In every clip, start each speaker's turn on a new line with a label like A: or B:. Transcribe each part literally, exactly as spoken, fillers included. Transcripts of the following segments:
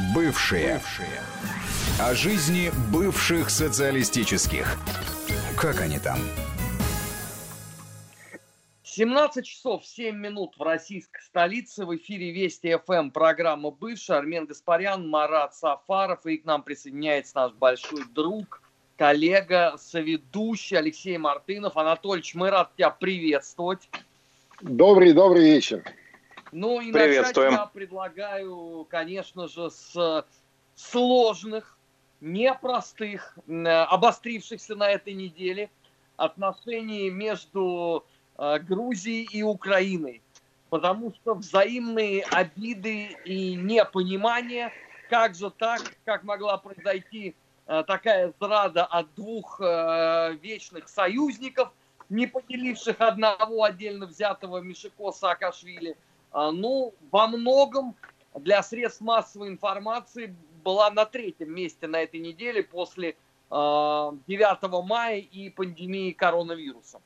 A: Бывшие. Бывшие. О жизни бывших социалистических. Как они там?
B: семнадцать часов семь минут в российской столице. В эфире Вести ФМ, программа «Бывшие». Армен Гаспарян, Марат Сафаров. И к нам присоединяется наш большой друг, коллега, соведущий Алексей Мартынов. Анатольевич, мы рады тебя приветствовать.
C: Добрый, добрый вечер.
B: Ну и начать я предлагаю, конечно же, с сложных, непростых, обострившихся на этой неделе отношений между Грузией и Украиной. Потому что взаимные обиды и непонимание, как же так, как могла произойти такая зрада от двух вечных союзников, не поделивших одного отдельно взятого Мишико Саакашвили. Ну, во многом для средств массовой информации была на третьем месте на этой неделе после девятого мая и пандемии коронавируса.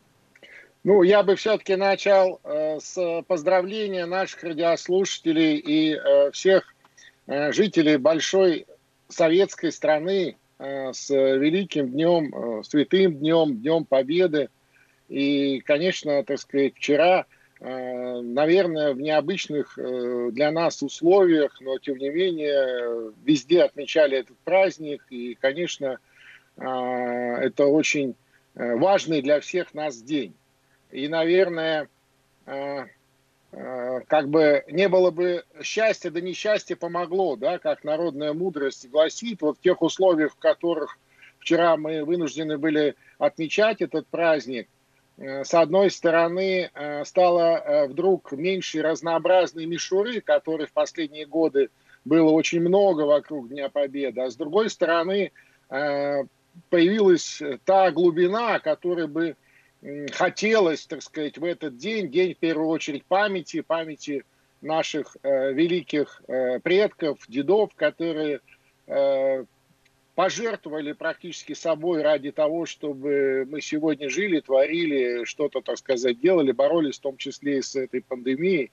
C: Ну, я бы все-таки начал э, с поздравления наших радиослушателей и э, всех э, жителей большой советской страны э, с великим днем, э, святым днем, Днем Победы. И, конечно, так сказать, вчера, э, наверное, в необычных э, для нас условиях, но, тем не менее, везде отмечали этот праздник. И, конечно, э, это очень важный для всех нас день. И, наверное, э, э, как бы не было бы счастья, да несчастье помогло, да, как народная мудрость гласит. Вот в тех условиях, в которых вчера мы вынуждены были отмечать этот праздник, э, с одной стороны, э, стало э, вдруг меньше разнообразной мишуры, которой в последние годы было очень много вокруг Дня Победы, а с другой стороны, э, появилась та глубина, которой бы хотелось, так сказать, в этот день, день в первую очередь памяти, памяти наших э, великих э, предков, дедов, которые э, пожертвовали практически собой ради того, чтобы мы сегодня жили, творили, что-то, так сказать, делали, боролись в том числе и с этой пандемией.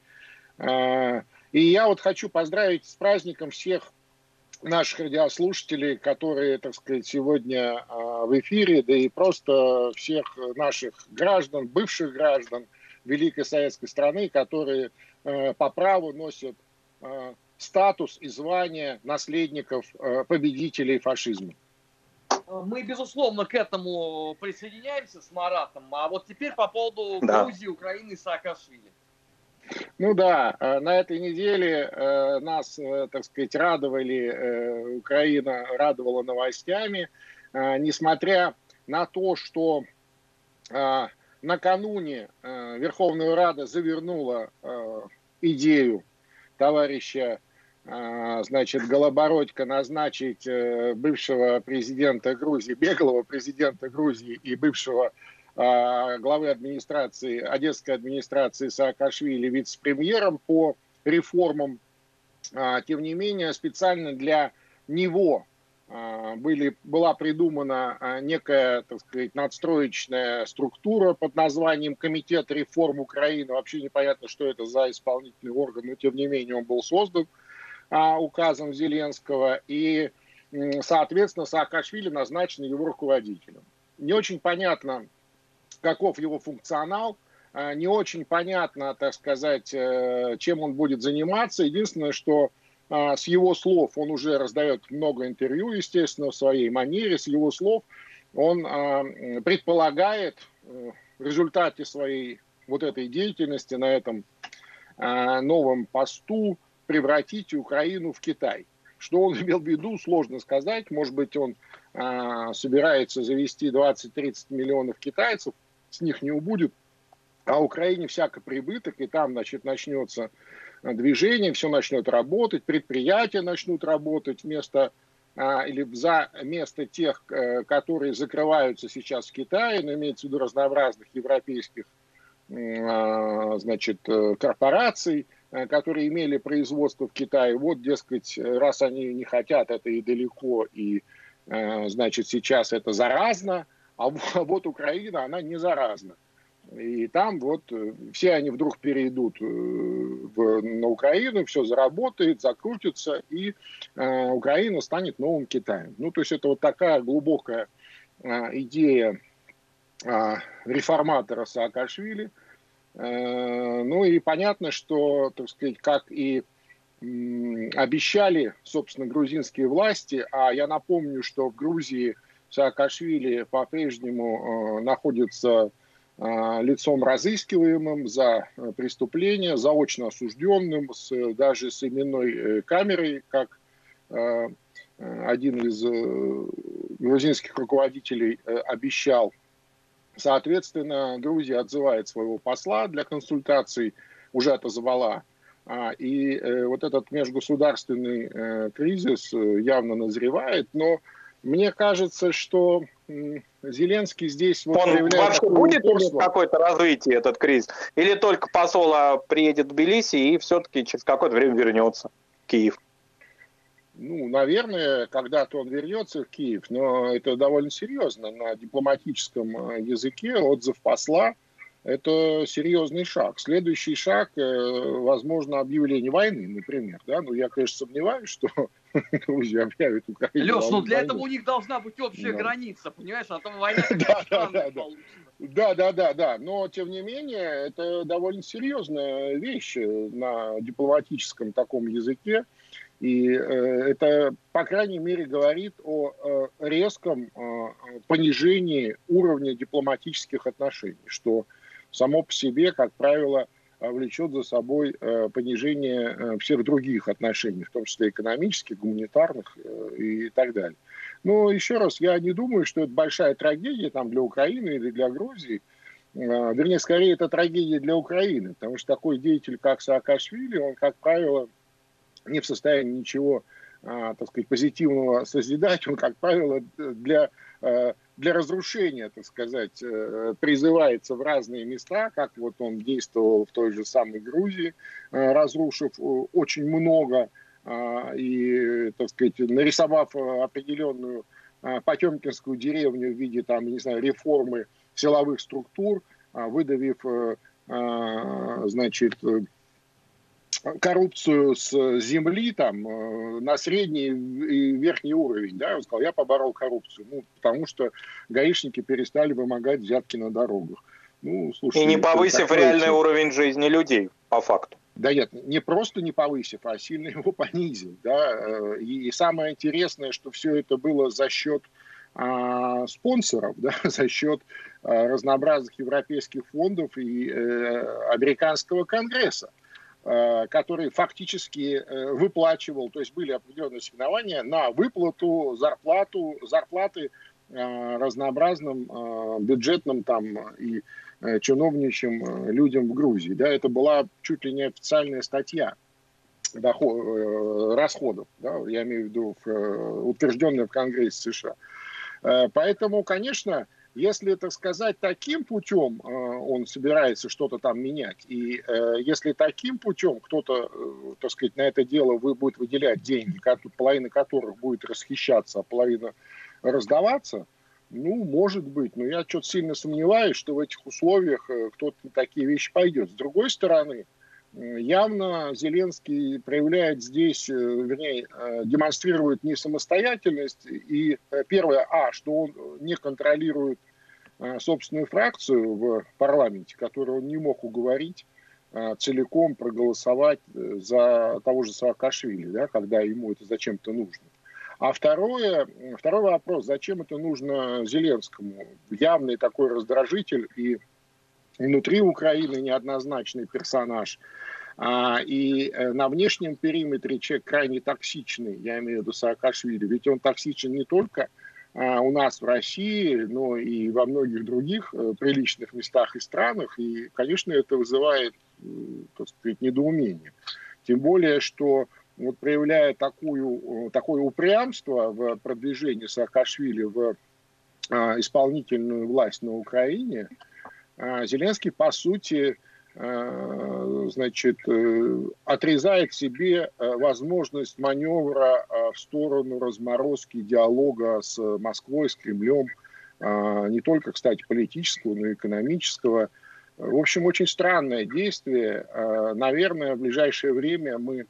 C: Э, и я вот хочу поздравить с праздником всех наших радиослушателей, которые, так сказать, сегодня э, в эфире, да и просто всех наших граждан, бывших граждан Великой Советской страны, которые э, по праву носят э, статус и звание наследников э, победителей фашизма.
B: Мы, безусловно, к этому присоединяемся с Маратом. А вот теперь по поводу
C: да.
B: Грузии, Украины и Саакашвили.
C: Ну да, на этой неделе э, нас, э, так сказать, радовали, э, Украина радовала новостями, э, несмотря на то, что э, накануне э, Верховная Рада завернула э, идею товарища, э, значит, Голобородько назначить э, бывшего президента Грузии, беглого президента Грузии и бывшего главы администрации, одесской администрации Саакашвили вице-премьером по реформам. Тем не менее, специально для него были, была придумана некая, так сказать, надстроечная структура под названием Комитет реформ Украины. Вообще непонятно, что это за исполнительный орган, но тем не менее он был создан указом Зеленского. И, соответственно, Саакашвили назначен его руководителем. Не очень понятно, каков его функционал, не очень понятно, так сказать, чем он будет заниматься. Единственное, что с его слов он уже раздает много интервью, естественно, в своей манере. С его слов он предполагает в результате своей вот этой деятельности на этом новом посту превратить Украину в Китай. Что он имел в виду, сложно сказать. Может быть, он собирается завести двадцать-тридцать миллионов китайцев, с них не убудет, а Украине всяко прибыток, и там, значит, начнется движение, все начнет работать, предприятия начнут работать вместо а, или за место тех, которые закрываются сейчас в Китае, но имеется в виду разнообразных европейских а, значит, корпораций, которые имели производство в Китае. Вот, дескать, раз они не хотят, это и далеко, и, значит, сейчас это заразно, а вот Украина, она не заразна. И там вот все они вдруг перейдут в, на Украину, все заработает, закрутится, и э, Украина станет новым Китаем. Ну, то есть это вот такая глубокая э, идея э, реформатора Саакашвили. Э, ну и понятно, что, так сказать, как и э, обещали, собственно, грузинские власти, а я напомню, что в Грузии Саакашвили по-прежнему э, находится лицом разыскиваемым за преступление, заочно осужденным, с, даже с именной камерой, как э, один из э, грузинских руководителей э, обещал. Соответственно, Грузия отзывает своего посла для консультаций, уже отозвала. А, и э, вот этот межгосударственный э, кризис явно назревает, но мне кажется, что Зеленский здесь... Вот
D: Он вообще будет иметь какое-то развитие, этот кризис? Или только посол приедет в Тбилиси и все-таки через какое-то время вернется в Киев?
C: Ну, наверное, когда-то он вернется в Киев, но это довольно серьезно. На дипломатическом языке отзыв посла – это серьезный шаг. Следующий шаг, возможно, объявление войны, например. Да? Ну, я, конечно, сомневаюсь, что Грузия объявит Украину.
B: Леш, ну для этого у них должна быть общая граница, понимаешь? А то война странная получится.
C: Да, да, да, да. Но, тем не менее, это довольно серьезная вещь на дипломатическом таком языке. И э, это, по крайней мере, говорит о э, резком э, понижении уровня дипломатических отношений, что само по себе, как правило, влечет за собой э, понижение э, всех других отношений, в том числе экономических, гуманитарных э, и так далее. Но еще раз, я не думаю, что это большая трагедия там, для Украины или для Грузии. Э, вернее, скорее, это трагедия для Украины, потому что такой деятель, как Саакашвили, он, как правило, не в состоянии ничего, а, так сказать, позитивного созидать, он, как правило, для, для разрушения, так сказать, призывается в разные места, как вот он действовал в той же самой Грузии, разрушив очень много и, так сказать, нарисовав определенную потемкинскую деревню в виде, там, не знаю, реформы силовых структур, выдавив, значит, коррупцию с земли там, на средний и верхний уровень. Да? Он сказал, я поборол коррупцию. Ну, потому что гаишники перестали вымогать взятки на дорогах. Ну, слушай,
D: и не повысив реальный это... уровень жизни людей, по факту.
C: Да нет, не просто не повысив, а сильно его понизил. Да? И, и самое интересное, что все это было за счет а, спонсоров, да? За счет а, разнообразных европейских фондов и а, американского конгресса, который фактически выплачивал, то есть были определенные ассигнования на выплату, зарплату, зарплаты разнообразным бюджетным там и чиновничьим людям в Грузии. Да, это была чуть ли не официальная статья доход, расходов, да, я имею в виду утвержденная в Конгрессе США. Поэтому, конечно, если, так сказать, таким путем э, он собирается что-то там менять, и э, если таким путем кто-то, э, так сказать, на это дело вы, будет выделять деньги, половина которых будет расхищаться, а половина раздаваться, ну, может быть. Но я что-то сильно сомневаюсь, что в этих условиях э, кто-то на такие вещи пойдет. С другой стороны, явно Зеленский проявляет здесь, вернее, демонстрирует не самостоятельность. И первое, а, что он не контролирует собственную фракцию в парламенте, которую он не мог уговорить целиком проголосовать за того же Саакашвили, да, когда ему это зачем-то нужно. А второе, второй вопрос, зачем это нужно Зеленскому? Явный такой раздражитель и внутри Украины неоднозначный персонаж. А, и на внешнем периметре человек крайне токсичный, я имею в виду Саакашвили. Ведь он токсичен не только а, у нас в России, но и во многих других а, приличных местах и странах. И, конечно, это вызывает, так сказать, недоумение. Тем более, что вот, проявляя такую, такое упрямство в продвижении Саакашвили в а, исполнительную власть на Украине, Зеленский, по сути, значит, отрезает себе возможность маневра в сторону разморозки диалога с Москвой, с Кремлем, не только, кстати, политического, но и экономического. В общем, очень странное действие. Наверное, в ближайшее время мы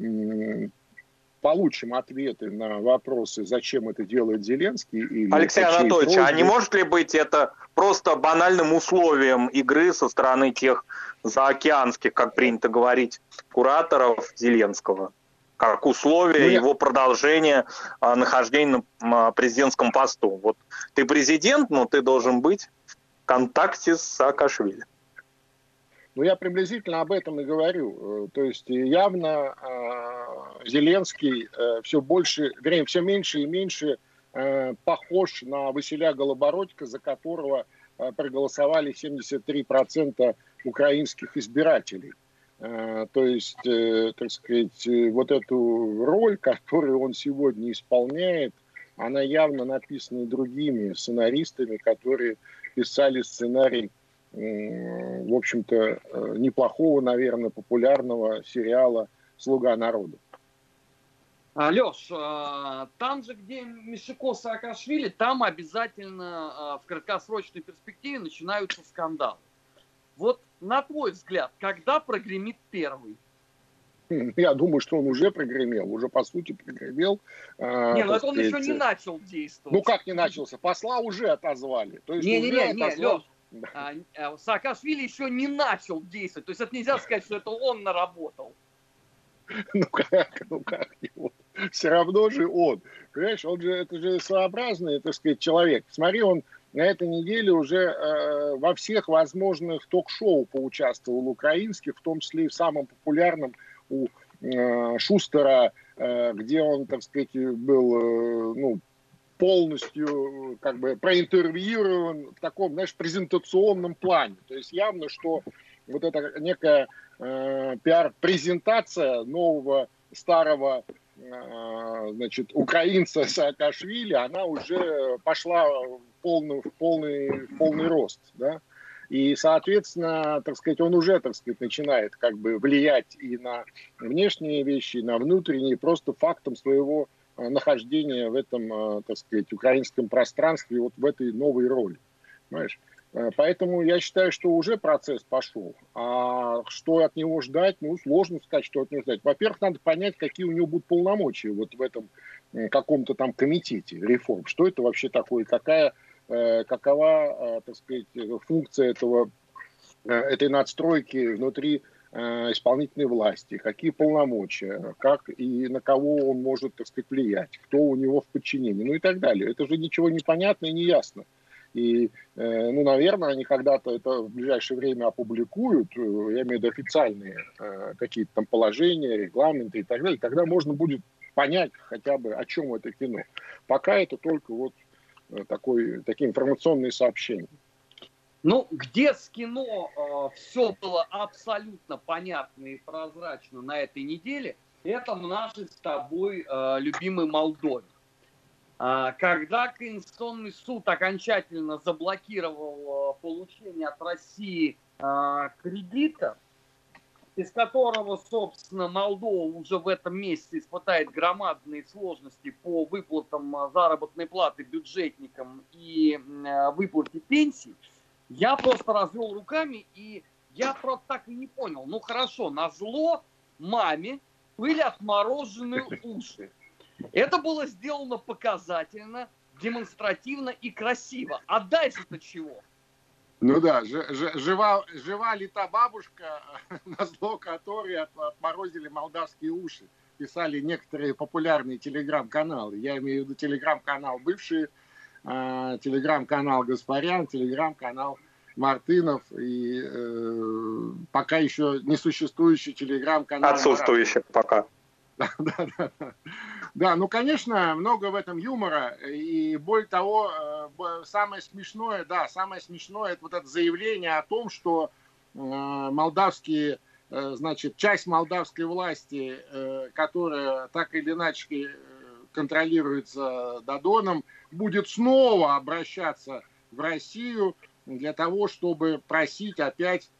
C: получим ответы на вопросы, зачем это делает Зеленский. Или
D: Алексей Анатольевич, просьбе. А не может ли быть это просто банальным условием игры со стороны тех заокеанских, как принято говорить, кураторов Зеленского? Как условие ну, его я... продолжения а, нахождения на а, президентском посту. Вот ты президент, но ты должен быть в контакте с Саакашвили.
C: Ну, я приблизительно об этом и говорю. То есть явно э, Зеленский э, все больше, вернее, все меньше и меньше э, похож на Василя Голобородька, за которого э, проголосовали семьдесят три процента украинских избирателей. Э, то есть, э, так сказать, вот эту роль, которую он сегодня исполняет, она явно написана другими сценаристами, которые писали сценарий, в общем-то, неплохого, наверное, популярного сериала «Слуга народа».
B: Леш, там же, где Мишико Саакашвили, там обязательно в краткосрочной перспективе начинаются скандалы. Вот на твой взгляд, когда прогремит первый?
C: Я думаю, что он уже прогремел, уже по сути прогремел.
B: Не, ну это он еще не начал действовать.
C: Ну как не начался? Посла уже отозвали.
B: Не-не-не, Леш. А, Саакашвили еще не начал действовать. То есть это нельзя сказать, что это он наработал.
C: Ну как, ну как его? Все равно же он. Понимаешь, он же, это же своеобразный, так сказать, человек. Смотри, он на этой неделе уже э, во всех возможных ток-шоу поучаствовал украинских, в том числе и в самом популярном у э, Шустера, э, где он, так сказать, был, э, ну, полностью как бы проинтервьюирован в таком, знаешь, презентационном плане. То есть явно, что вот эта некая э, пиар-презентация нового старого э, значит, украинца Саакашвили, она уже пошла в полный, в полный, в полный рост, да. И, соответственно, так сказать, он уже, так сказать, начинает как бы влиять и на внешние вещи, и на внутренние, просто фактом своего нахождения в этом, так сказать, украинском пространстве, вот в этой новой роли. Понимаешь? Поэтому я считаю, что уже процесс пошел. А что от него ждать? Ну, сложно сказать, что от него ждать. Во-первых, надо понять, какие у него будут полномочия вот в этом каком-то там комитете реформ. Что это вообще такое? Какая, какова, так сказать, функция этого, этой надстройки внутри исполнительной власти, какие полномочия, как и на кого он может, так сказать, влиять, кто у него в подчинении, ну и так далее. Это же ничего не понятно и не ясно. И, ну, наверное, они когда-то это в ближайшее время опубликуют, я имею в виду официальные какие-то там положения, регламенты и так далее, тогда можно будет понять хотя бы, о чем это кино. Пока это только вот такой, такие информационные сообщения.
B: Ну, где с кино э, все было абсолютно понятно и прозрачно на этой неделе, это в нашей с тобой э, любимой Молдове. А, когда Конституционный суд окончательно заблокировал э, получение от России э, кредита, из которого, собственно, Молдова уже в этом месяце испытает громадные сложности по выплатам заработной платы бюджетникам и э, выплате пенсий, я просто развел руками, и я просто так и не понял. Ну хорошо, назло маме были отморожены уши. Это было сделано показательно, демонстративно и красиво. А дальше-то чего?
C: Ну да, ж, ж, жива, жива ли та бабушка, назло которой от, отморозили молдавские уши, писали некоторые популярные телеграм-каналы. Я имею в виду телеграм-канал бывший, телеграм-канал Гаспарян, телеграм-канал Мартынов и э, пока еще не существующий телеграм-канал.
D: Отсутствующий пока.
C: Да, да, да, да. Да, ну, конечно, много в этом юмора. И более того, э, самое смешное, да, самое смешное, это вот это заявление о том, что э, молдавские, э, значит, часть молдавской власти, э, которая так или иначе э, контролируется Додоном, будет снова обращаться в Россию для того, чтобы просить опять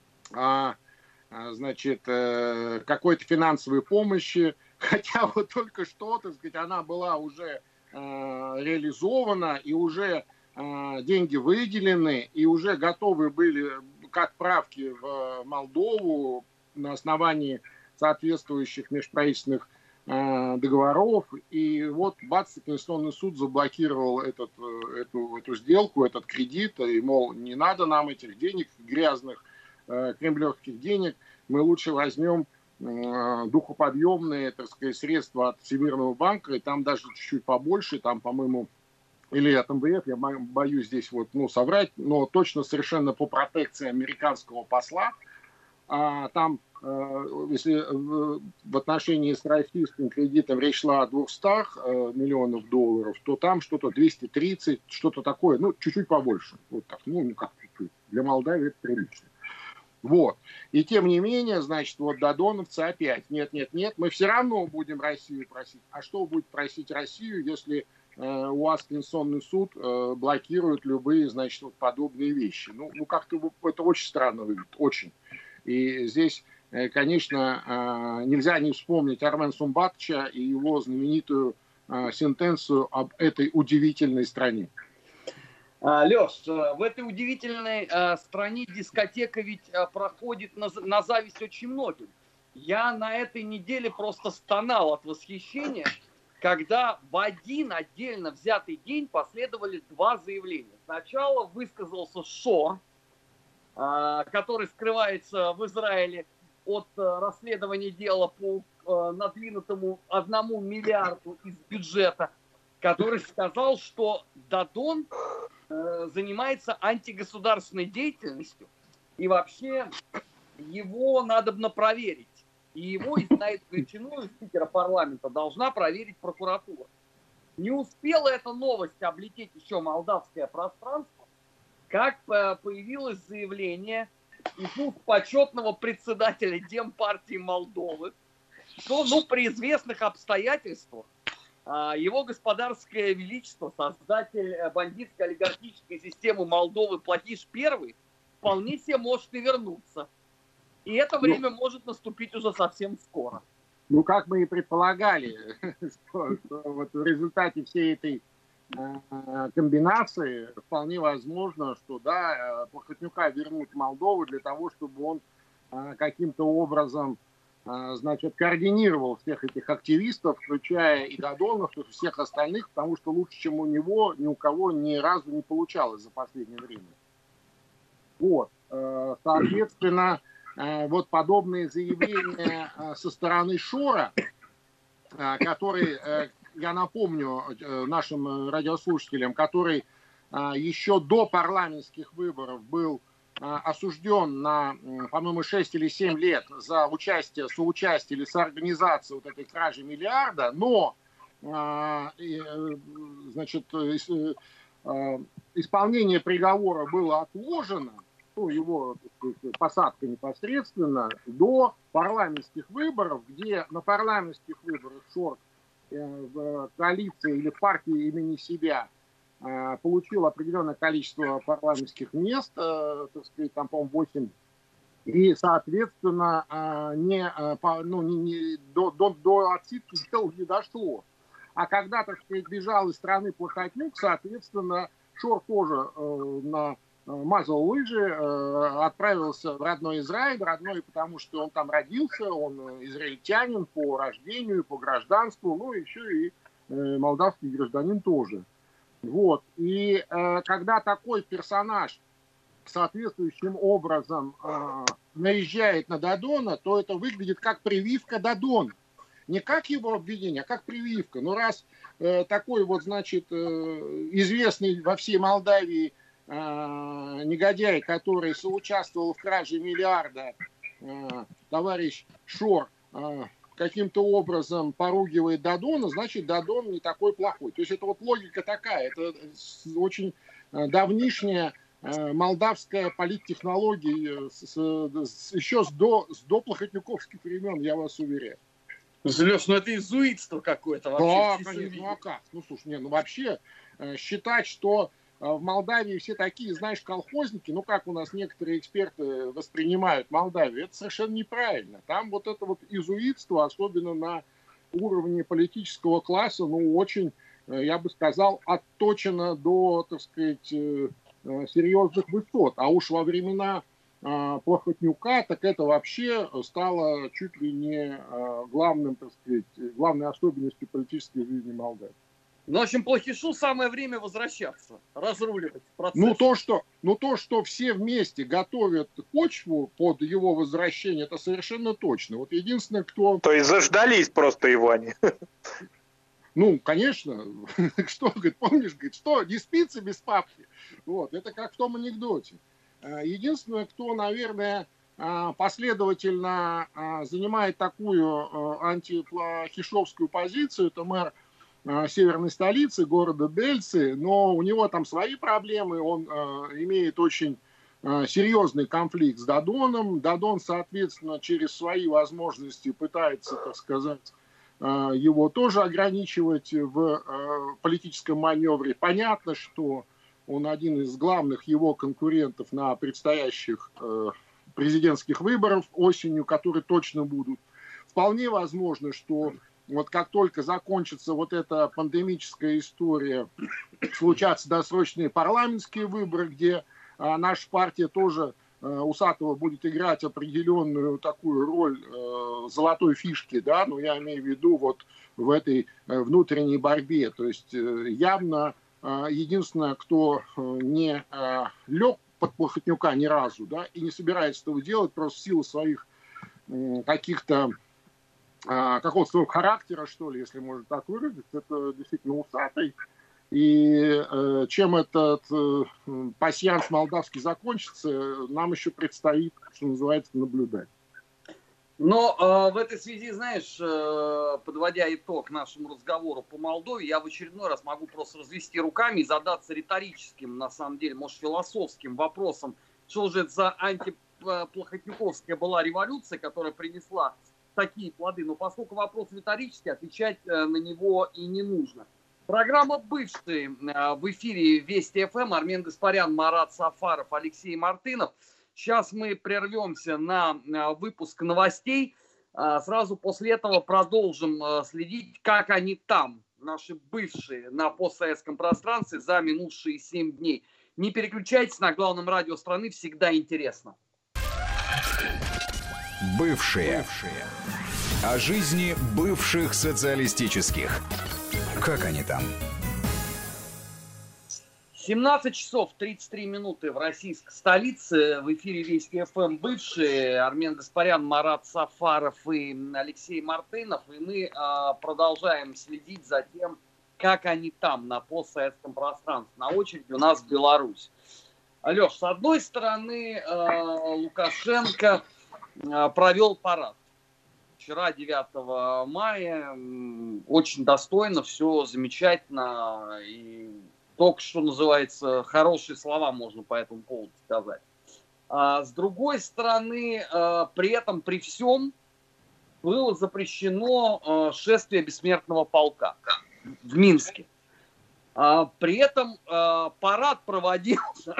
C: а, а, значит, э, какой-то финансовой помощи. Хотя вот только что, так сказать, она была уже э, реализована, и уже э, деньги выделены, и уже готовы были к отправке в Молдову на основании соответствующих межправительственных э, договоров. И вот бац, Конституционный суд заблокировал этот, эту, эту сделку, этот кредит. И, мол, не надо нам этих денег, грязных э, кремлевских денег. Мы лучше возьмем э, духоподъемные, так сказать, средства от Всемирного банка. И там даже чуть-чуть побольше, там, по-моему, или от эм вэ эф, я боюсь здесь вот, ну, соврать, но точно совершенно по протекции американского посла. А, там, э, если в, в отношении с российским кредитом речь шла о двухстах э, миллионов долларов, то там что-то двести тридцать, что-то такое, ну, чуть-чуть побольше. Вот так, ну, ну как чуть-чуть. Для Молдавии это прилично. Вот. И тем не менее, значит, вот додоновцы опять, нет, нет, нет, мы все равно будем Россию просить. А что будет просить Россию, если э, у вас Конституционный суд э, блокирует любые, значит, вот подобные вещи? Ну, ну как-то это очень странно выглядит, очень. И здесь, э, конечно, э, нельзя не вспомнить Армен Сумбатовича и его знаменитую э, сентенцию об этой удивительной стране.
B: Леш, в этой удивительной э, стране дискотека ведь э, проходит на, на зависть очень многим. Я на этой неделе просто стонал от восхищения, когда в один отдельно взятый день последовали два заявления. Сначала высказался Шор, э, который скрывается в Израиле от э, расследования дела по э, надвинутому одному миллиарду из бюджета, который сказал, что Дадон занимается антигосударственной деятельностью, и вообще его надобно проверить. И его на эту величину из спикера парламента должна проверить прокуратура. Не успела эта новость облететь еще молдавское пространство, как появилось заявление из уст почетного председателя Демпартии Молдовы, что, ну, при известных обстоятельствах его господарское величество, создатель бандитской олигархической системы Молдовы Платиш Первый, вполне себе может и вернуться. И это время ну, может наступить уже совсем скоро.
C: Ну, как мы и предполагали, что, что вот в результате всей этой э, комбинации вполне возможно, что да, Плохотнюка вернут в Молдову для того, чтобы он э, каким-то образом значит, координировал всех этих активистов, включая и Дадонов, и всех остальных, потому что лучше, чем у него, ни у кого ни разу не получалось за последнее время. Вот. Соответственно, вот подобные заявления со стороны Шора, который, я напомню нашим радиослушателям, который еще до парламентских выборов был осужден на, по-моему, шесть или семь лет за участие, соучастие или соорганизацию вот этой кражи миллиарда, но значит, исполнение приговора было отложено, ну, его, так сказать, посадка непосредственно, до парламентских выборов, где на парламентских выборах Шор в коалиции или в партии имени себя получил определенное количество парламентских мест, так сказать, там, по-моему, восемь, и, соответственно, не, ну, не, не, до, до, до отсидки дел не дошло. А когда, так сказать, бежал из страны Плохотнюк, соответственно, Шор тоже на, мазал лыжи, отправился в родной Израиль, родной, потому что он там родился, он израильтянин по рождению, по гражданству, ну, еще и молдавский гражданин тоже. Вот. И э, когда такой персонаж соответствующим образом э, наезжает на Дадона, то это выглядит как прививка Дадона. Не как его обвинение, а как прививка. Ну, раз э, такой вот, значит, э, известный во всей Молдавии э, негодяй, который соучаствовал в краже миллиарда, э, товарищ Шор, э, каким-то образом поругивает Дадона, значит, Дадон не такой плохой. То есть это вот логика такая, это очень давнишняя молдавская политтехнология, с, с, еще с, до, с до плохотнюковских времен, я вас уверяю.
B: Леш, ну это изуитство какое-то
C: вообще. Да, конечно, ну а как? Ну, слушай, не, ну вообще считать, что в Молдавии все такие, знаешь, колхозники, ну как у нас некоторые эксперты воспринимают Молдавию, это совершенно неправильно. Там вот это вот изуитство, особенно на уровне политического класса, ну очень, я бы сказал, отточено до, так сказать, серьезных высот. А уж во времена Плохотнюка, так это вообще стало чуть ли не главным, так сказать, главной особенностью политической жизни Молдавии.
B: Ну, в общем, Плохишу самое время возвращаться, разруливать процесс.
C: Ну то, что, ну, то, что все вместе готовят почву под его возвращение, это совершенно точно. Вот единственное, кто...
D: То есть заждались просто его они.
C: Ну, конечно. Что, говорит, помнишь, говорит, что, не спится без папки? Вот, это как в том анекдоте. Единственное, кто, наверное, последовательно занимает такую антиплохишовскую позицию, это мэр северной столицы, города Бельцы, но у него там свои проблемы, он имеет очень серьезный конфликт с Додоном. Додон, соответственно, через свои возможности пытается, так сказать, его тоже ограничивать в политическом маневре. Понятно, что он один из главных его конкурентов на предстоящих президентских выборах осенью, которые точно будут. Вполне возможно, что вот как только закончится вот эта пандемическая история, случатся досрочные парламентские выборы, где а, наша партия тоже, а, Усатова будет играть определенную такую роль а, золотой фишки, да, но я имею в виду вот в этой а, внутренней борьбе. То есть а, явно а, единственное, кто а, не а, лег под Плохотнюка ни разу, да, и не собирается этого делать просто в силу своих а, каких-то какого-то своего характера, что ли, если можно так выразить, это действительно Усатый. И э, чем этот э, пасьянс молдавский закончится, нам еще предстоит, что называется, наблюдать.
B: Но э, в этой связи, знаешь, э, подводя итог нашему разговору по Молдове, я в очередной раз могу просто развести руками и задаться риторическим, на самом деле, может, философским вопросом, что же это за антиплохотнюковская была революция, которая принесла такие плоды, но поскольку вопрос риторический, отвечать на него и не нужно. Программа «Бывшие» в эфире Вести ФМ. Армен Гаспарян, Марат Сафаров, Алексей Мартынов. Сейчас мы прервемся на выпуск новостей. Сразу после этого продолжим следить, как они там, наши бывшие, на постсоветском пространстве за минувшие семь дней. Не переключайтесь, на главном радио страны всегда интересно.
A: Бывшие. Бывшие. О жизни бывших социалистических. Как они там?
B: семнадцать часов тридцать три минуты в российской столице. В эфире Вести ФМ «Бывшие». Армен Гаспарян, Марат Сафаров и Алексей Мартынов. И мы э, продолжаем следить за тем, как они там, на постсоветском пространстве. На очереди у нас Беларусь. Алеш, с одной стороны, э, Лукашенко провел парад. Вчера, девятого мая, очень достойно, все замечательно. И только что, называется, хорошие слова можно по этому поводу сказать. А с другой стороны, при этом, при всем, было запрещено шествие бессмертного полка в Минске. При этом парад проводился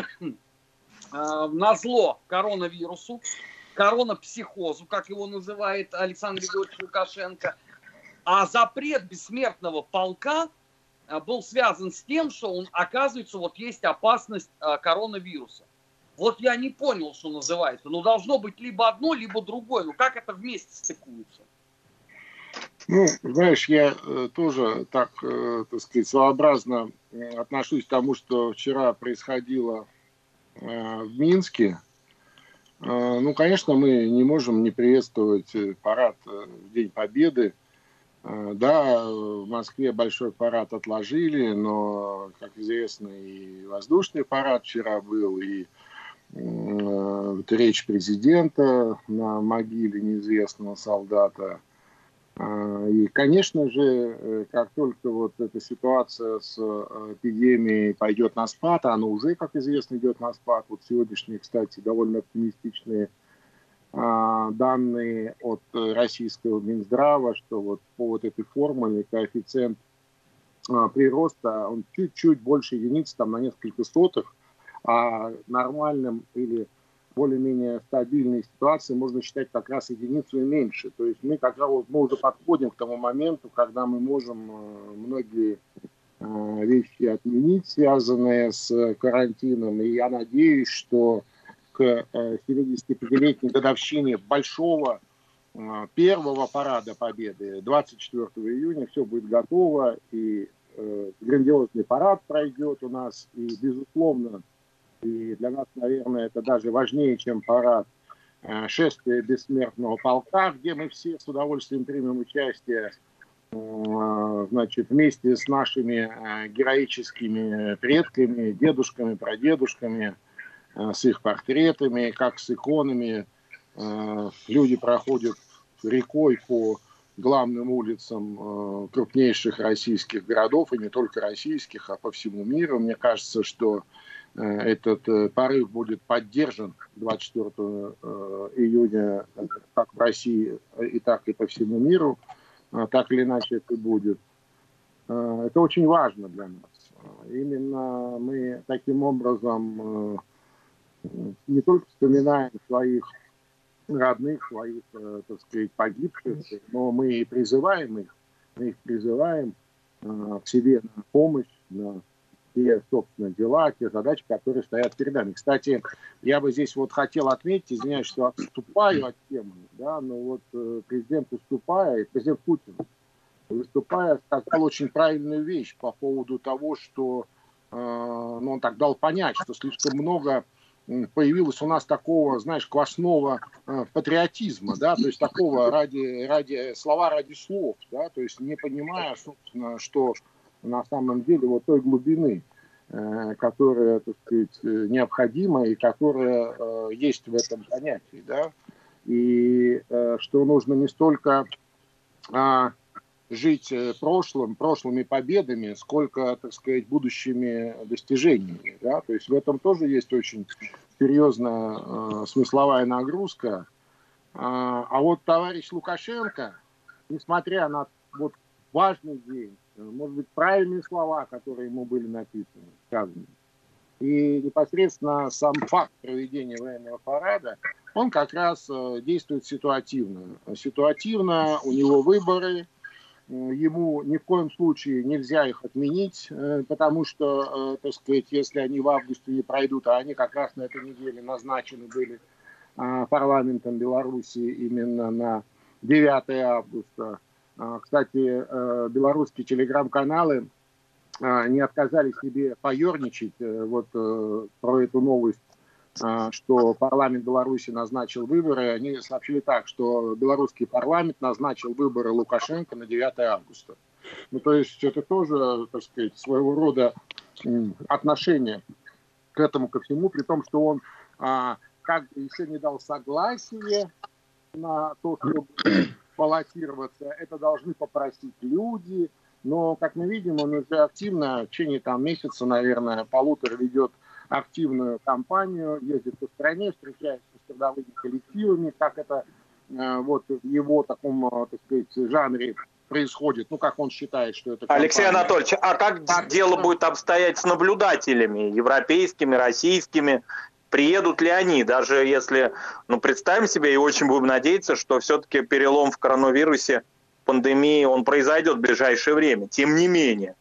B: назло коронавирусу, коронапсихозу, как его называет Александр Григорьевич Лукашенко. А запрет бессмертного полка был связан с тем, что он, оказывается, вот есть опасность коронавируса. Вот я не понял, что называется. Ну, должно быть либо одно, либо другое. Ну, как это вместе стыкуется?
C: Ну, знаешь, я э, тоже так, э, так сказать, своеобразно отношусь к тому, что вчера происходило э, в Минске. Ну, конечно, мы не можем не приветствовать парад в День Победы. Да, в Москве большой парад отложили, но, как известно, и воздушный парад вчера был, и э, речь президента на могиле неизвестного солдата. И, конечно же, как только вот эта ситуация с эпидемией пойдет на спад, а она уже, как известно, идет на спад. Вот сегодняшние, кстати, довольно оптимистичные а, данные от российского Минздрава, что вот по вот этой формуле коэффициент а, прироста, он чуть-чуть больше единиц, там на несколько сотых, а нормальным или более-менее стабильной ситуации можно считать как раз единицу и меньше. То есть мы как раз вот, мы уже подходим к тому моменту, когда мы можем э, многие э, вещи отменить, связанные с карантином. И я надеюсь, что к семидесятипятилетней годовщине большого первого парада Победы, двадцать четвёртого июня, все будет готово, и э, грандиозный парад пройдет у нас, и, безусловно, и для нас, наверное, это даже важнее, чем парад, э, шествие бессмертного полка, где мы все с удовольствием примем участие, э, значит, вместе с нашими э, героическими предками, дедушками, прадедушками, э, с их портретами, как с иконами. Люди проходят рекой по главным улицам крупнейших российских городов, и не только российских, а по всему миру. Мне кажется, что этот порыв будет поддержан двадцать четвёртого июня как в России, и так и по всему миру. Так или иначе это будет. Это очень важно для нас. Именно мы таким образом не только вспоминаем своих родных, своих, так сказать, погибших, но мы и призываем их, мы их призываем э, к себе на помощь, на те, собственно, дела, те задачи, которые стоят перед нами. Кстати, я бы здесь вот хотел отметить, извиняюсь, что отступаю от темы, да, но вот э, президент, выступая, президент Путин, выступая, сказал очень правильную вещь по поводу того, что э, ну, он так дал понять, что слишком много появилось у нас такого, знаешь, квасного э, патриотизма, да, то есть такого ради, ради слова ради слов, да, то есть не понимая, собственно, что на самом деле вот той глубины, э, которая, так сказать, необходима и которая э, есть в этом понятии, да, и э, что нужно не столько э, жить прошлым, прошлыми победами, сколько, так сказать, будущими достижениями. Да? То есть в этом тоже есть очень серьезная э, смысловая нагрузка. А, а вот товарищ Лукашенко, несмотря на вот важный день, может быть, правильные слова, которые ему были написаны, сказаны, и непосредственно сам факт проведения военного парада, он как раз э, действует ситуативно. Ситуативно, у него выборы, ему ни в коем случае нельзя их отменить, потому что, так сказать, если они в августе не пройдут, а они как раз на этой неделе назначены были парламентом Беларуси именно на девятое августа. Кстати, белорусские телеграм-каналы не отказали себе поерничать вот про эту новость, что парламент Беларуси назначил выборы. Они сообщили так, что белорусский парламент назначил выборы Лукашенко на девятое августа. Ну, то есть это тоже, так сказать, своего рода отношение к этому, ко всему, при том, что он а, как бы еще не дал согласие на то, чтобы баллотироваться. Это должны попросить люди. Но, как мы видим, он уже активно, в течение там, месяца, наверное, полутора ведет активную кампанию, ездит по стране, встречается с трудовыми коллективами, как это э, вот в его таком, так сказать, жанре происходит, ну, как он считает, что это кампания.
D: Алексей Анатольевич, а как так, дело что... будет обстоять с наблюдателями, европейскими, российскими? Приедут ли они, даже если, ну, представим себе и очень будем надеяться, что все-таки перелом в коронавирусе, пандемии, он произойдет в ближайшее время, тем не менее.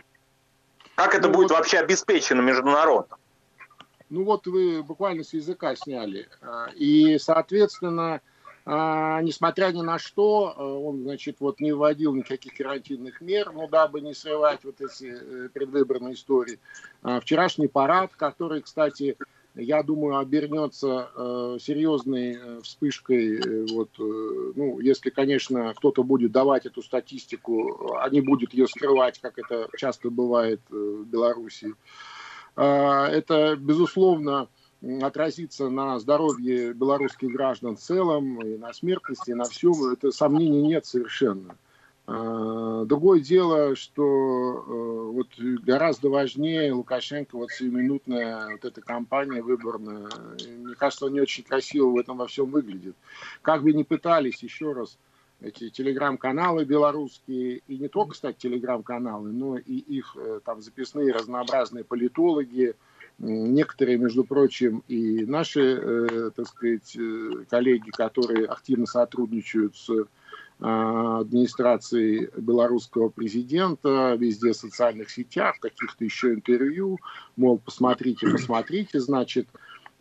D: Как это ну, будет вот... вообще обеспечено международно?
C: Ну вот вы буквально с языка сняли. И, соответственно, несмотря ни на что, он, значит, вот не вводил никаких карантинных мер, ну, дабы не срывать вот эти предвыборные истории. Вчерашний парад, который, кстати, я думаю, обернется серьезной вспышкой. Вот, ну, если, конечно, кто-то будет давать эту статистику, а не будет ее скрывать, как это часто бывает в Беларуси. Это, безусловно, отразится на здоровье белорусских граждан в целом, и на смертности, и на всем. Это сомнений нет совершенно. Другое дело, что вот гораздо важнее Лукашенко, вот сиюминутная вот эта кампания выборная. Мне кажется, он не очень красиво в этом во всем выглядит. Как бы ни пытались, еще раз, эти телеграм-каналы белорусские, и не только, кстати, телеграм-каналы, но и их там записные разнообразные политологи, некоторые, между прочим, и наши, так сказать, коллеги, которые активно сотрудничают с администрацией белорусского президента, везде в социальных сетях, в каких-то еще интервью, мол, посмотрите, посмотрите, значит,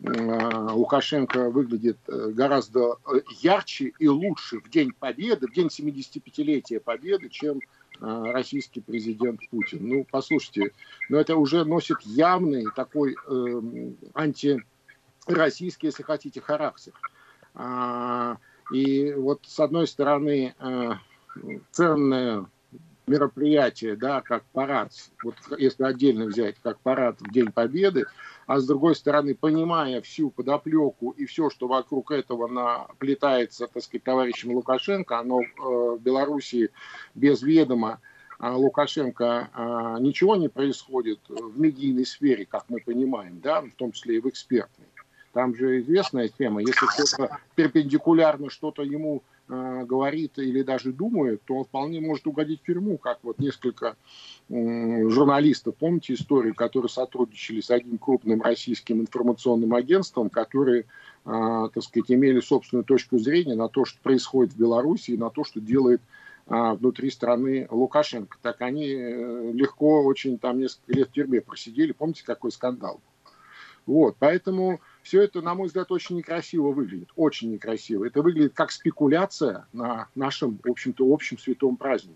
C: Лукашенко выглядит гораздо ярче и лучше в День Победы, в день семидесятипятилетия Победы, чем российский президент Путин. Ну, послушайте, но это уже носит явный такой э, антироссийский, если хотите, характер. А, и вот с одной стороны э, ценное мероприятие, да, как парад, вот если отдельно взять, как парад в День Победы, а с другой стороны, понимая всю подоплеку и все, что вокруг этого наплетается, так сказать, товарищем Лукашенко, оно э, в Белоруссии без ведома а Лукашенко а, ничего не происходит в медийной сфере, как мы понимаем, да, в том числе и в экспертной. Там же известная тема, если кто-то перпендикулярно что-то ему э, говорит или даже думает, то он вполне может угодить в тюрьму, как вот несколько э, журналистов, помните историю, которые сотрудничали с одним крупным российским информационным агентством, которые, э, так сказать, имели собственную точку зрения на то, что происходит в Беларуси и на то, что делает э, внутри страны Лукашенко. Так они э, легко очень там несколько лет в тюрьме просидели. Помните, какой скандал? Вот, поэтому все это, на мой взгляд, очень некрасиво выглядит, очень некрасиво. Это выглядит как спекуляция на нашем, в общем-то, общем святом празднике.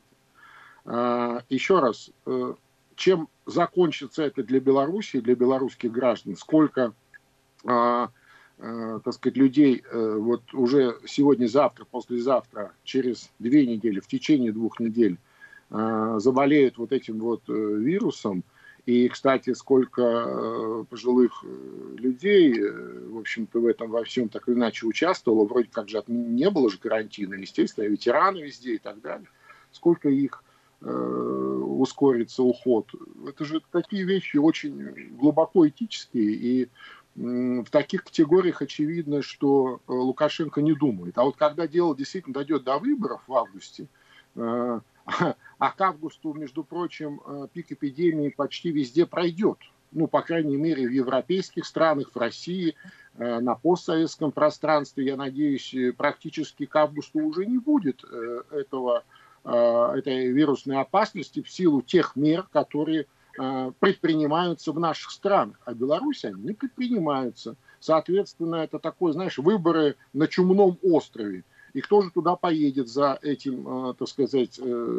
C: Еще раз, чем закончится это для Беларуси, для белорусских граждан, сколько, так сказать, людей вот уже сегодня-завтра, послезавтра, через две недели, в течение двух недель заболеют вот этим вот вирусом. И, кстати, сколько пожилых людей, в общем-то, в этом во всем так или иначе участвовало, вроде как же не было же карантина, естественно, ветераны везде и так далее. Сколько их э, ускорится уход. Это же такие вещи очень глубоко этические, и э, в таких категориях очевидно, что Лукашенко не думает. А вот когда дело действительно дойдет до выборов в августе, э, а к августу, между прочим, пик эпидемии почти везде пройдет. Ну, по крайней мере, в европейских странах, в России, на постсоветском пространстве, я надеюсь, практически к августу уже не будет этого, этой вирусной опасности в силу тех мер, которые предпринимаются в наших странах. А в Беларуси они не предпринимаются. Соответственно, это такой, знаешь, выборы на чумном острове. И кто же туда поедет за этим, так сказать,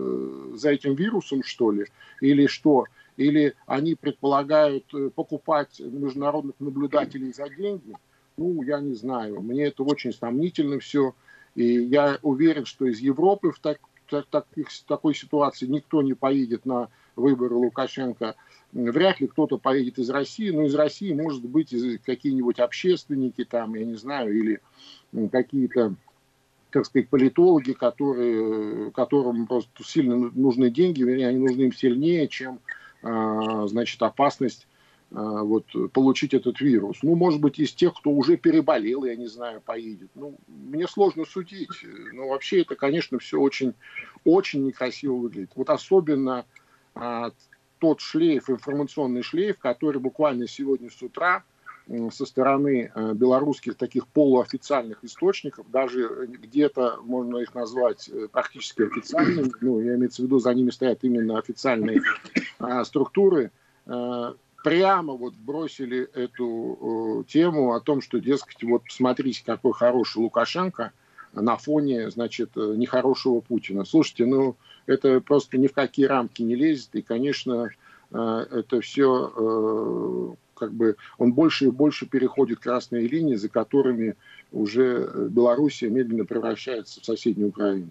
C: за этим вирусом, что ли? Или что? Или они предполагают покупать международных наблюдателей за деньги? Ну, я не знаю. Мне это очень сомнительно все. И я уверен, что из Европы в, так, так, таких, такой ситуации никто не поедет на выборы Лукашенко. Вряд ли кто-то поедет из России. Но из России, может быть, какие-нибудь общественники, там, я не знаю, или какие-то, так сказать, политологи, которые, которым просто сильно нужны деньги, вернее, они нужны им сильнее, чем, значит, опасность вот, получить этот вирус. Ну, может быть, из тех, кто уже переболел, я не знаю, поедет. Ну, мне сложно судить. Но вообще это, конечно, все очень, очень некрасиво выглядит. Вот особенно а, тот шлейф, информационный шлейф, который буквально сегодня с утра со стороны белорусских таких полуофициальных источников, даже где-то можно их назвать практически официальными, ну, я имею в виду, за ними стоят именно официальные а, структуры, а, прямо вот бросили эту а, тему о том, что, дескать, вот посмотрите, какой хороший Лукашенко на фоне, значит, нехорошего Путина. Слушайте, ну, это просто ни в какие рамки не лезет, и, конечно, а, это все... А, как бы он больше и больше переходит красные линии, за которыми уже Белоруссия медленно превращается в соседнюю Украину.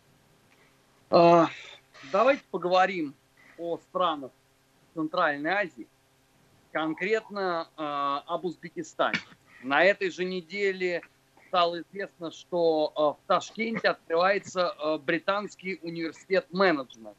B: А, давайте поговорим о странах Центральной Азии, конкретно а, об Узбекистане. На этой же неделе стало известно, что а, в Ташкенте открывается а, британский университет менеджмента.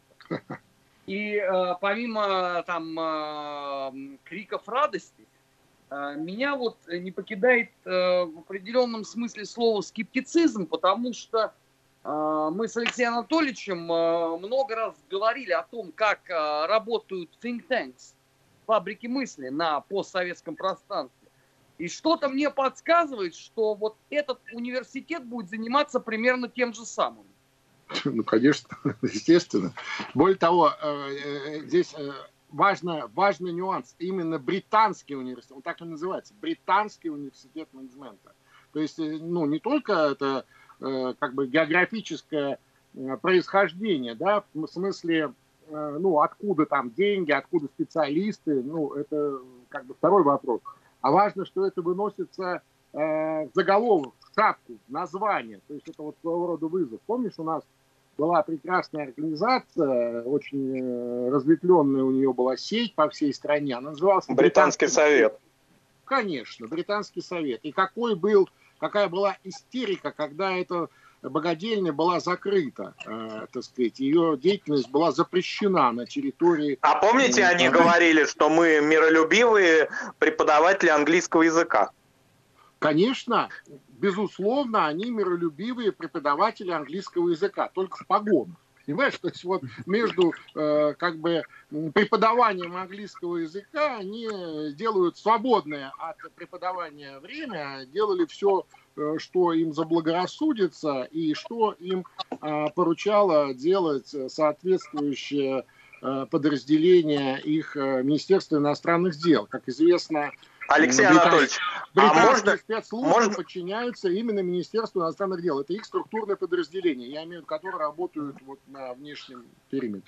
B: И э, помимо там э, криков радости, э, меня вот не покидает э, в определенном смысле слова скептицизм, потому что э, мы с Алексеем Анатольевичем э, много раз говорили о том, как э, работают think tanks, фабрики мысли на постсоветском пространстве. И что-то мне подсказывает, что вот этот университет будет заниматься примерно тем же самым.
C: Ну, конечно, естественно. Более того, здесь важно, важный нюанс. Именно британский университет, он так и называется, британский университет менеджмента. То есть, ну, не только это э, как бы географическое э, происхождение, да, в смысле, э, ну, откуда там деньги, откуда специалисты, ну, это как бы второй вопрос. А важно, что это выносится э, в заголовок, в шапку, в название. То есть это вот своего рода вызов. Помнишь, у нас была прекрасная организация, очень э, разветвленная у нее была сеть по всей стране. Она называлась
D: Британский совет.
C: Конечно, Британский совет. И какой был, какая была истерика, когда эта богадельня была закрыта, э, так сказать, ее деятельность была запрещена на территории...
D: А помните, э, они э, говорили, что мы миролюбивые преподаватели английского языка?
C: Конечно, безусловно, они миролюбивые преподаватели английского языка, только в погонах. Понимаешь, то есть вот между э, как бы преподаванием английского языка они делают свободное от преподавания время, делали все, э, что им заблагорассудится и что им э, поручало делать соответствующее э, подразделение их э, Министерства иностранных дел. Как известно,
D: Алексей Анатольевич,
C: британские а можно, спецслужбы можно... подчиняются именно Министерству иностранных дел. Это их структурное подразделение, я имею в виду, которые работают вот на внешнем периметре.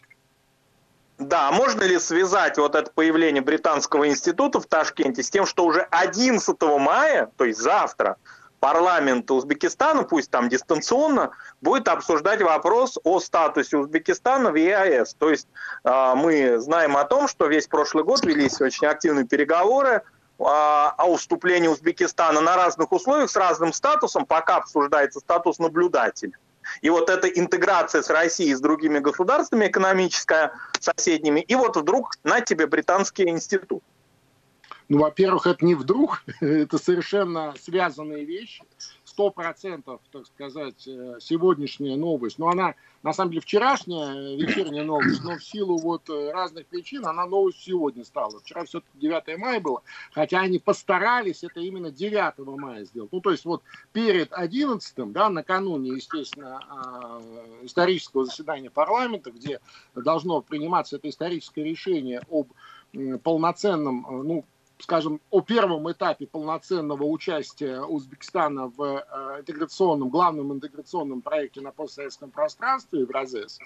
D: Да, можно ли связать вот это появление британского института в Ташкенте с тем, что уже одиннадцатого мая, то есть завтра, парламент Узбекистана, пусть там дистанционно, будет обсуждать вопрос о статусе Узбекистана в е а эс. То есть э, мы знаем о том, что весь прошлый год велись очень активные переговоры о уступлении Узбекистана на разных условиях с разным статусом, пока обсуждается статус наблюдателя. И вот эта интеграция с Россией и с другими государствами, экономическая, соседними, и вот вдруг на тебе британский институт.
C: Ну, во-первых, это не вдруг, это совершенно связанные вещи. Сто процентов, так сказать, сегодняшняя новость, но она, на самом деле, вчерашняя вечерняя новость, но в силу вот разных причин она новость сегодня стала. Вчера все-таки девятое мая было, хотя они постарались это именно девятого мая сделать. Ну, то есть вот перед одиннадцатым, да, накануне, естественно, исторического заседания парламента, где должно приниматься это историческое решение об полноценном, ну, скажем, о первом этапе полноценного участия Узбекистана в э, интеграционном, главном интеграционном проекте на постсоветском пространстве Евразес.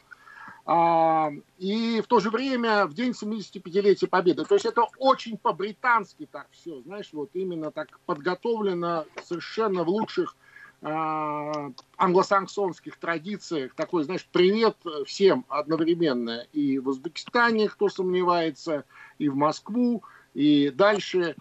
C: А, и в то же время в день семидесятипятилетия Победы. То есть это очень по-британски так все, знаешь, вот именно так подготовлено совершенно в лучших э, англосаксонских традициях. Такой, знаешь, привет всем одновременно. И в Узбекистане, кто сомневается, и в Москву. И дальше,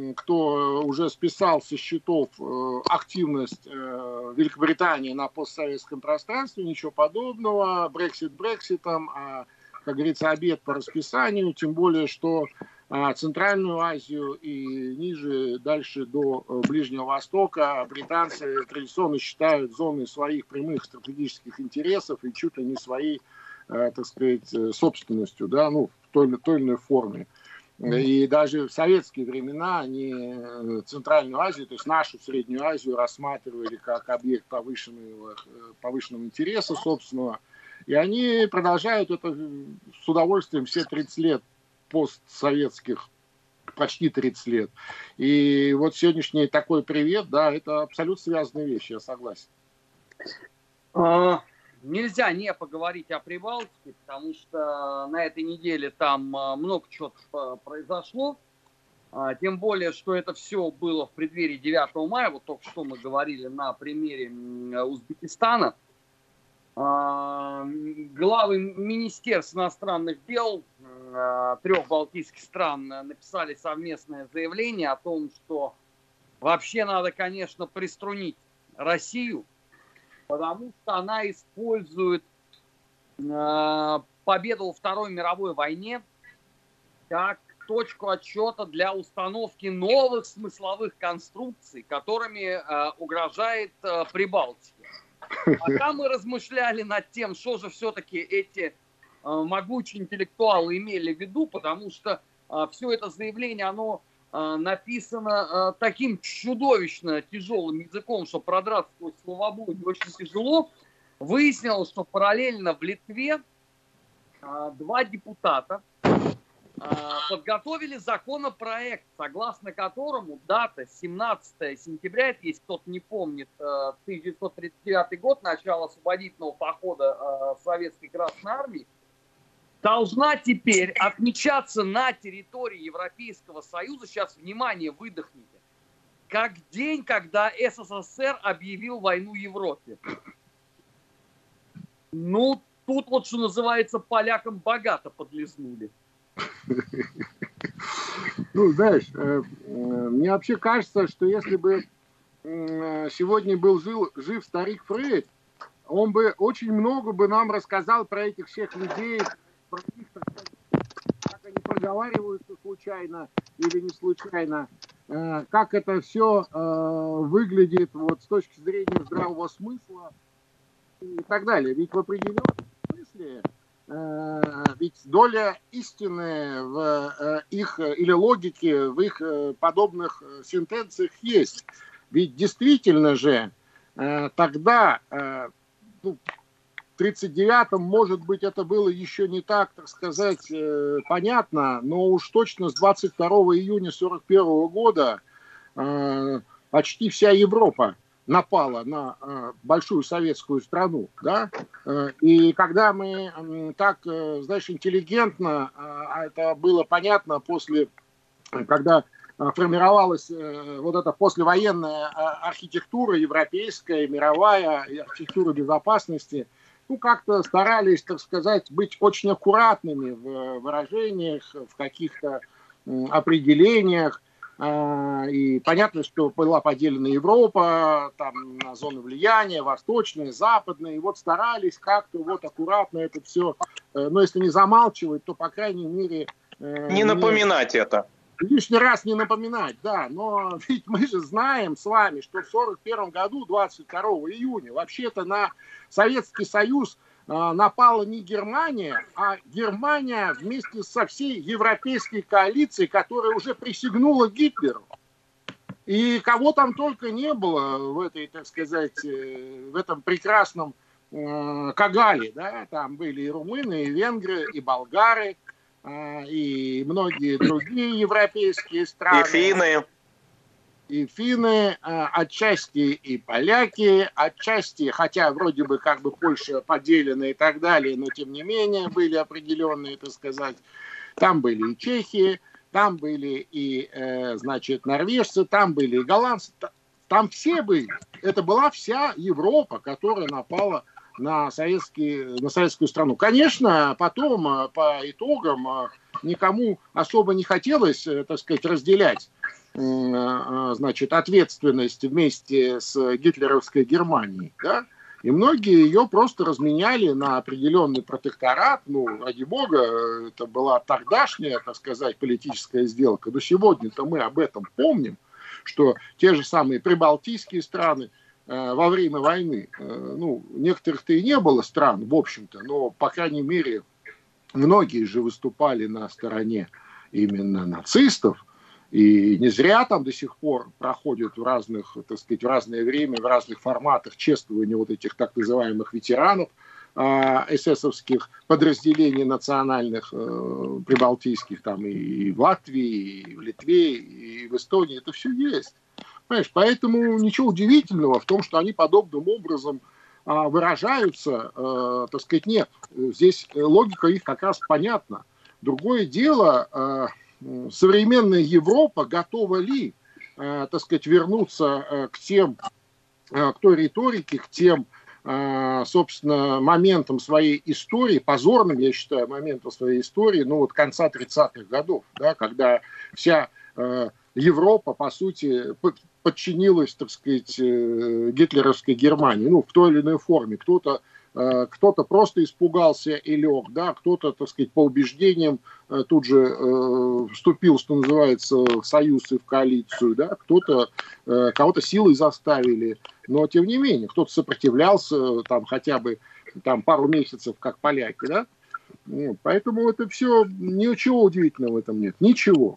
C: кто уже списал со счетов активность Великобритании на постсоветском пространстве, ничего подобного, Брексит Брекситом, а, как говорится, обед по расписанию, тем более, что Центральную Азию и ниже, дальше до Ближнего Востока британцы традиционно считают зоной своих прямых стратегических интересов и чуть ли не своей, так сказать, собственностью, да, ну, в той или, той или иной форме. И даже в советские времена они Центральную Азию, то есть нашу Среднюю Азию, рассматривали как объект повышенного, повышенного интереса собственного. И они продолжают это с удовольствием все тридцать лет постсоветских, почти тридцать лет. И вот сегодняшний такой привет, да, это абсолютно связанные вещи, я согласен.
B: Нельзя не поговорить о Прибалтике, потому что на этой неделе там много чего произошло. Тем более, что это все было в преддверии девятого мая. Вот только что мы говорили на примере Узбекистана. Главы министерств иностранных дел трех балтийских стран написали совместное заявление о том, что вообще надо, конечно, приструнить Россию, потому что она использует э, победу во Второй мировой войне как точку отсчета для установки новых смысловых конструкций, которыми э, угрожает э, Прибалтике. Пока мы размышляли над тем, что же все-таки эти э, могучие интеллектуалы имели в виду, потому что э, все это заявление, оно написано таким чудовищно тяжелым языком, что продраться сквозь словоблудие очень тяжело. Выяснилось, что параллельно в Литве два депутата подготовили законопроект, согласно которому дата семнадцатое сентября, это, если кто-то не помнит, тысяча девятьсот тридцать девятый год, начало освободительного похода Советской Красной Армии, должна теперь отмечаться на территории Европейского Союза, сейчас, внимание, выдохните, как день, когда СССР объявил войну Европе. Ну, тут вот, что называется, полякам богато подлизнули.
C: Ну, знаешь, мне вообще кажется, что если бы сегодня был жив, жив старик Фрейд, он бы очень много бы нам рассказал про этих всех людей, про их, как они проговариваются случайно или не случайно, как это все выглядит вот с точки зрения здравого смысла и так далее. Ведь в определенном смысле ведь доля истины в их или логики в их подобных сентенциях есть. Ведь действительно же тогда, ну, в тридцать девятом, может быть, это было еще не так, так сказать, понятно, но уж точно с двадцать второго июня сорок первого года почти вся Европа напала на э, большую советскую страну, да, э, и когда мы э, так, э, знаешь, интеллигентно, э, это было понятно после, когда э, формировалась э, вот эта послевоенная э, архитектура европейская, мировая, архитектура безопасности, ну, как-то старались, так сказать, быть очень аккуратными в выражениях, в каких-то э, определениях. И понятно, что была поделена Европа, там на зоны влияния, восточные, западные, и вот старались как-то вот аккуратно это все, ну, если не замалчивать, то, по крайней мере...
D: Не напоминать не, это.
C: Лишний раз не напоминать, да, но ведь мы же знаем с вами, что в сорок первом году, двадцать второго июня, вообще-то на Советский Союз напала не Германия, а Германия вместе со всей европейской коалицией, которая уже присягнула Гитлеру. И кого там только не было в этой, так сказать, в этом прекрасном э, Кагале, да, там были и румыны, и венгры, и болгары, э, и многие другие европейские страны.
D: И финны.
C: И финны, отчасти и поляки, отчасти, хотя вроде бы как бы Польша поделена и так далее, но тем не менее были определенные, так сказать, там были и чехи, там были и, значит, норвежцы, там были и голландцы, там все были. Это была вся Европа, которая напала на, советский, на советскую страну. Конечно, потом по итогам никому особо не хотелось, так сказать, разделять, значит, ответственность вместе с гитлеровской Германией, да? И многие ее просто разменяли на определенный протекторат. Ну, ради бога, это была тогдашняя, так сказать, политическая сделка. Но сегодня-то мы об этом помним, что те же самые прибалтийские страны э, во время войны, э, ну, некоторых-то и не было стран, в общем-то, но, по крайней мере, многие же выступали на стороне именно нацистов. И не зря там до сих пор проходят в разных, так сказать, в разное время, в разных форматах чествования вот этих так называемых ветеранов э, эсэсовских подразделений национальных, э, прибалтийских, там и в Латвии, и в Литве, и в Эстонии. Это все есть. Понимаешь? Поэтому ничего удивительного в том, что они подобным образом э, выражаются, э, так сказать, нет. Здесь логика их как раз понятна. Другое дело... Э, современная Европа готова ли, э, так сказать, вернуться э, к тем, э, к той риторике, к тем, э, собственно, моментам своей истории, позорным, я считаю, моментам своей истории, ну вот конца тридцатых годов, да, когда вся э, Европа, по сути, подчинилась, так сказать, э, гитлеровской Германии, ну, в той или иной форме. Кто-то Кто-то просто испугался и лег, да, кто-то, так сказать, по убеждениям тут же э, вступил, что называется, в союз и в коалицию, да, кто-то, э, кого-то силой заставили, но тем не менее, кто-то сопротивлялся там хотя бы там, пару месяцев, как поляки, да, ну, поэтому это все, ничего удивительного в этом нет, ничего.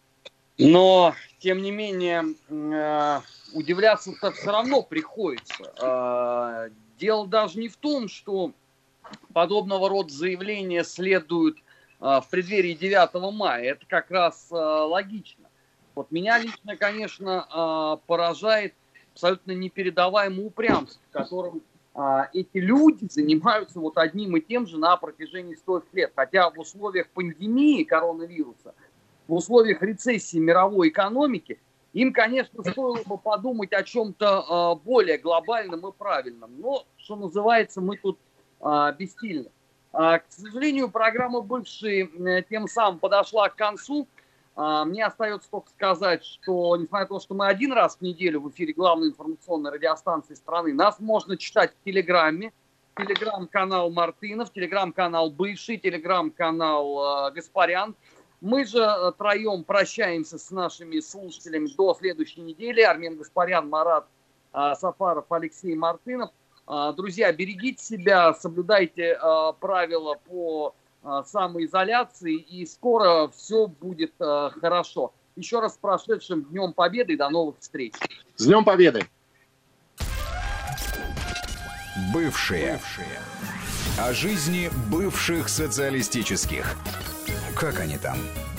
B: Но, тем не менее, э, удивляться-то все равно приходится. Э, Дело даже не в том, что подобного рода заявления следует в преддверии девятого мая. Это как раз логично. Вот меня лично, конечно, поражает абсолютно непередаваемое упрямство, которым эти люди занимаются вот одним и тем же на протяжении стольких лет. Хотя в условиях пандемии коронавируса, в условиях рецессии мировой экономики, им, конечно, стоило бы подумать о чем-то более глобальном и правильном. Но, что называется, мы тут бессильны. К сожалению, программа «Бывшие» тем самым подошла к концу. Мне остается только сказать, что, несмотря на то, что мы один раз в неделю в эфире главной информационной радиостанции страны, нас можно читать в Телеграме. Телеграм-канал Мартынов, телеграм-канал Бывший, телеграм-канал Гаспарян. Мы же троем прощаемся с нашими слушателями до следующей недели. Армен Гаспарян, Марат Сафаров, Алексей Мартынов. Друзья, берегите себя, соблюдайте правила по самоизоляции, и скоро все будет хорошо. Еще раз с прошедшим Днем Победы и до новых встреч.
C: С Днем Победы!
A: Бывшие. Бывшие. О жизни бывших социалистических. Как они там?